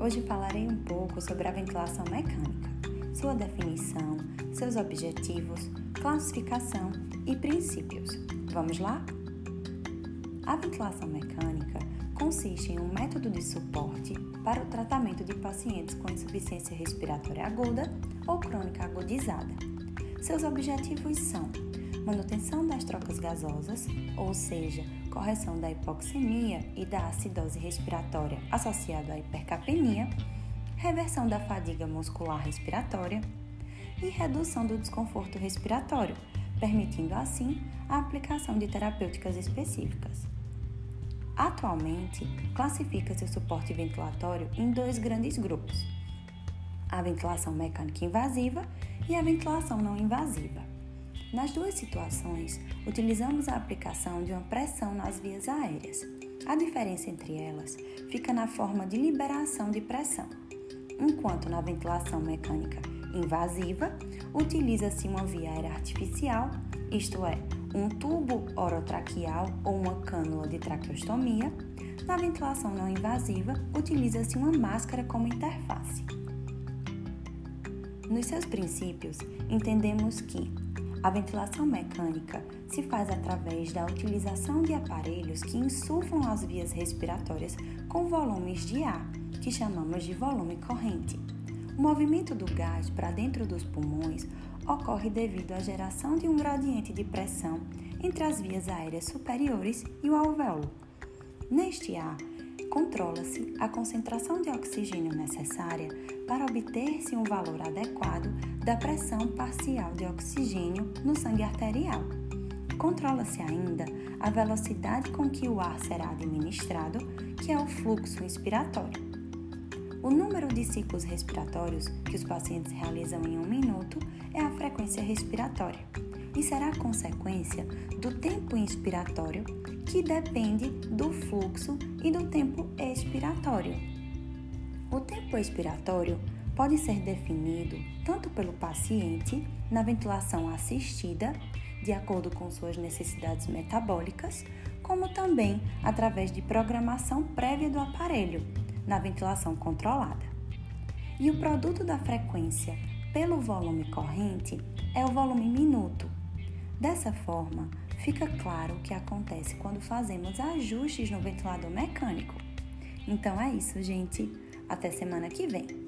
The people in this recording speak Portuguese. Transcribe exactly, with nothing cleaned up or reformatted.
Hoje falarei um pouco sobre a ventilação mecânica, sua definição, seus objetivos, classificação e princípios. Vamos lá? A ventilação mecânica consiste em um método de suporte para o tratamento de pacientes com insuficiência respiratória aguda ou crônica agudizada. Seus objetivos são manutenção das trocas gasosas, ou seja, correção da hipoxemia e da acidose respiratória associada à hipercapnia, reversão da fadiga muscular respiratória e redução do desconforto respiratório, permitindo assim a aplicação de terapêuticas específicas. Atualmente, classifica-se o suporte ventilatório em dois grandes grupos: a ventilação mecânica invasiva e a ventilação não invasiva. Nas duas situações, utilizamos a aplicação de uma pressão nas vias aéreas. A diferença entre elas fica na forma de liberação de pressão. Enquanto na ventilação mecânica invasiva, utiliza-se uma via aérea artificial, isto é, um tubo orotraqueal ou uma cânula de traqueostomia. Na ventilação não invasiva, utiliza-se uma máscara como interface. Nos seus princípios, entendemos que a ventilação mecânica se faz através da utilização de aparelhos que insuflam as vias respiratórias com volumes de ar, que chamamos de volume corrente. O movimento do gás para dentro dos pulmões ocorre devido à geração de um gradiente de pressão entre as vias aéreas superiores e o alvéolo. Neste ar, controla-se a concentração de oxigênio necessária para obter-se um valor adequado da pressão parcial de oxigênio no sangue arterial. Controla-se ainda a velocidade com que o ar será administrado, que é o fluxo inspiratório. O número de ciclos respiratórios que os pacientes realizam em um minuto é a frequência respiratória e será a consequência do tempo inspiratório, que depende do fluxo e do tempo expiratório. O tempo expiratório pode ser definido tanto pelo paciente na ventilação assistida, de acordo com suas necessidades metabólicas, como também através de programação prévia do aparelho, na ventilação controlada. E o produto da frequência pelo volume corrente é o volume minuto. Dessa forma, fica claro o que acontece quando fazemos ajustes no ventilador mecânico. Então é isso, gente. Até semana que vem.